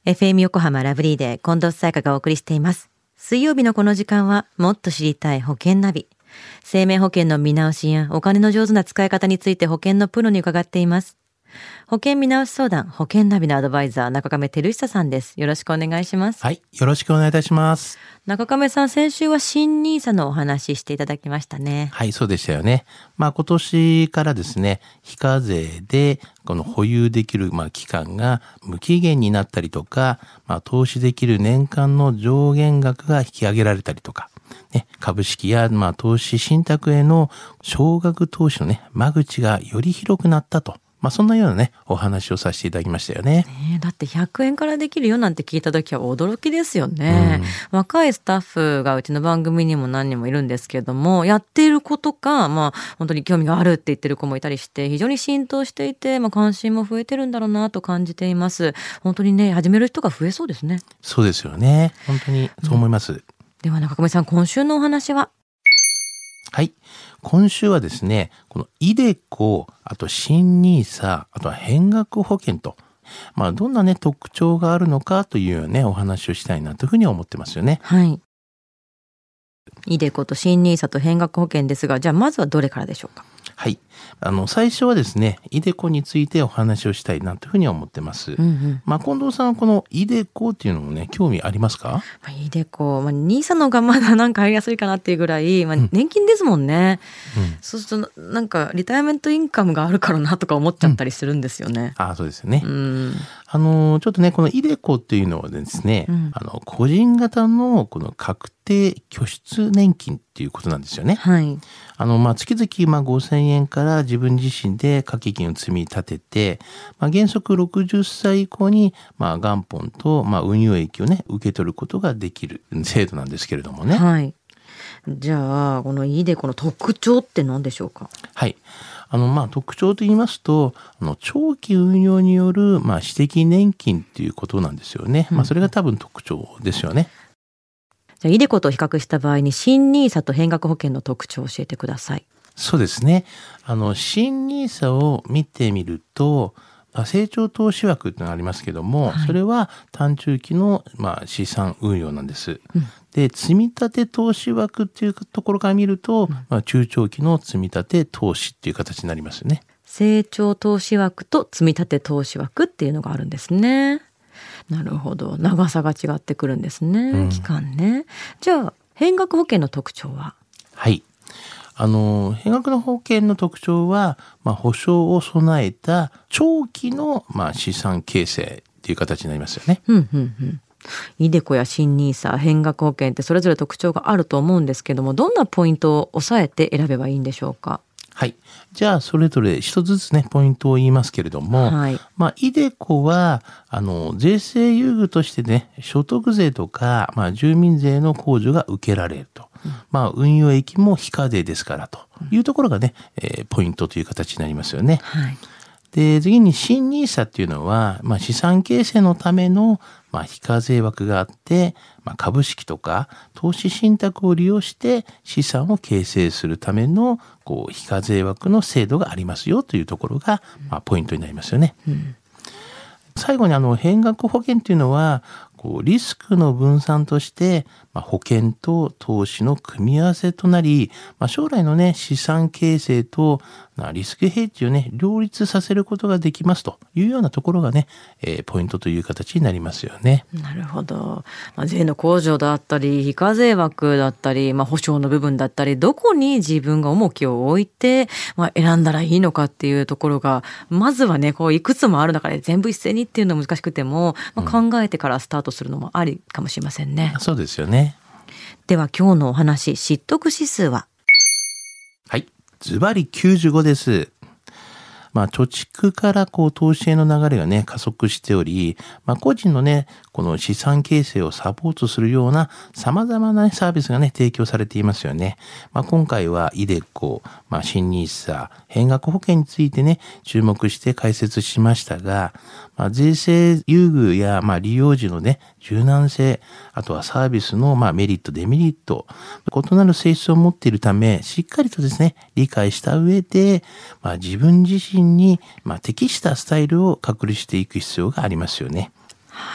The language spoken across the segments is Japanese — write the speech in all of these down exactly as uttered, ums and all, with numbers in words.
エフエム 横浜ラブリーで近藤紗友香がお送りしています。水曜日のこの時間はもっと知りたい保険ナビ。生命保険の見直しやお金の上手な使い方について保険のプロに伺っています。保険見直し相談、保険ナビのアドバイザー、中亀照久さんです。よろしくお願いします。 はい、よろしくお願いいたします。 中亀さん、先週は新ニーサのお話ししていただきましたね。 はい、そうでしたよね。まあ今年からですね、非課税でこの保有できるまあ期間が無期限になったりとか、まあ投資できる年間の上限額が引き上げられたりとか、ね、株式やまあ投資信託への少額投資のね、間口がより広くなったと。まあそんなようなね、お話をさせていただきましたよね。 ね、だってひゃくえんからできるよなんて聞いた時は驚きですよね、うん、若いスタッフがうちの番組にも何人もいるんですけれども、やっている子とか、まあ本当に興味があるって言ってる子もいたりして、非常に浸透していて、まあ関心も増えてるんだろうなと感じています。本当にね、始める人が増えそうですね。 そうですよね。本当にそう思います。うん、 では中込さん、今週のお話は？ はい。今週はですね、このイデコ、あと新ニーサ、あとは変額保険と、まあどんなね、特徴があるのかというようなね、お話をしたいなというふうに思ってますよね。 はい。イデコと新ニーサと変額保険ですが、じゃあまずはどれからでしょうか？ はい。あの、最初はですね、イデコについてお話をしたいなというふうに思ってます。うんうん、まあ、近藤さんはこのイデコっていうのもね、興味ありますか？ まあ、イデコ、まあ、ニーサのがまだなんか入りやすいかなっていうぐらい、まあ、年金ですもんね。うん、そうすると、なんかリタイアメントインカムがあるからなとか思っちゃったりするんですよね。 うん、ああ、そうですよね。 うん、 あの、ちょっとね、このイデコっていうのはですね、うん、あの、個人型のこの確定拠出年金っていうことなんですよね。 はい。 あの、まあ、月々、まあ、ごせんえんから自分自身で掛け金を積み立てて、まあ、原則ろくじゅっさい以降に、まあ、元本と、まあ、運用益をね、受け取ることができる制度なんですけれどもね。 はい。じゃあ、このイデコの特徴って何でしょうか？ はい。あの、まあ、特徴と言いますと、あの、長期運用による、まあ、私的年金っていうことなんですよね。うん、まあ、それが多分特徴ですよね。 じゃあ、イデコと比較した場合に、新ニーサと変額保険の特徴を教えてください。 そうですね。あの、新ニーサを見てみると、まあ、成長投資枠ってのがありますけども、はい、それは短中期の、まあ、資産運用なんです。うん、で、積立投資枠っていうところから見ると、うん、まあ、中長期の積立投資っていう形になりますよね。 成長投資枠と積立投資枠っていうのがあるんですね。なるほど。長さが違ってくるんですね。うん、期間ね。じゃあ、変額保険の特徴は？ はい。あの、変額の保険の特徴は、まあ、保証を備えた長期の、まあ、資産形成っていう形になりますよね。 うんうんうん。イデコや新ニーサ、変額保険ってそれぞれ特徴があると思うんですけども、どんなポイントを押さえて選べばいいんでしょうか？ はい。じゃあ、それぞれ一つずつね、ポイントを言いますけれども、はい、まあ、イデコは、あの、税制優遇としてね、所得税とか、まあ、住民税の控除が受けられると。うん、まあ、運用益も非課税ですからというところがね、えー、ポイントという形になりますよね。はい、で、次に新ニーサっていうのは、まあ、資産形成のための、まあ、非課税枠があって、まあ、株式とか投資信託を利用して資産を形成するためのこう非課税枠の制度がありますよというところが、まあ、ポイントになりますよね。うん、最後にあの変額保険というのはこうリスクの分散として、まあ、保険と投資の組み合わせとなり、まあ、将来のね資産形成とリスクヘッジをね両立させることができますというようなところがね、えー、ポイントという形になりますよね。 なるほど。まあ、税の控除だったり非課税枠だったり、まあ、保証の部分だったりどこに自分が重きを置いて、まあ、選んだらいいのかっていうところがまずはねこういくつもある中で全部一斉にっていうのは難しくても、まあ、考えてからスタートするのもありかもしれませんね。 うん、そうですよね。 では今日のお話、知得指数は？ はい、ズバリきゅうじゅうごです。まあ、貯蓄からこう投資への流れがね加速しており、まあ、個人のねこの資産形成をサポートするような様々なサービスがね提供されていますよね。まあ、今回はイデコ、まあ、新ニーサ、変額保険についてね注目して解説しましたが、まあ、税制優遇やまあ利用時のね柔軟性、あとはサービスのまあメリットデメリット、異なる性質を持っているためしっかりとですね理解した上で、まあ、自分自身にまあ適したスタイルを確立していく必要がありますよね。 は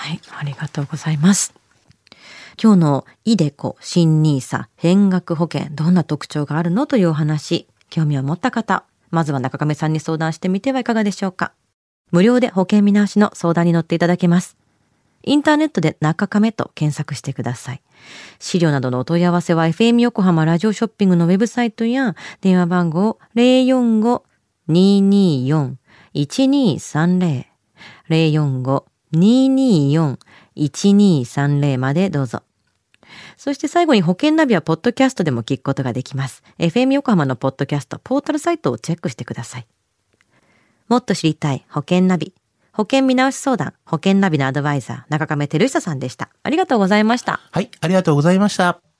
はい、ありがとうございます。今日のイデコ新ニーサ変額保険、どんな特徴があるのというお話、興味を持った方、まずは中亀さんに相談してみてはいかがでしょうか。無料で保険見直しの相談に乗っていただけます。インターネットで中亀と検索してください。資料などのお問い合わせは エフエム 横浜ラジオショッピングのウェブサイトや電話番号 ゼロよんご にーにーよん いちにーさんゼロ ゼロよんご にーにーよん いちにーさんゼロ までどうぞ。そして最後に保険ナビはポッドキャストでも聞くことができます。エフエム 横浜のポッドキャストポータルサイトをチェックしてください。もっと知りたい保険ナビ。保険見直し相談、保険ナビのアドバイザー、中亀照久さんでした。ありがとうございました。 はい、ありがとうございました。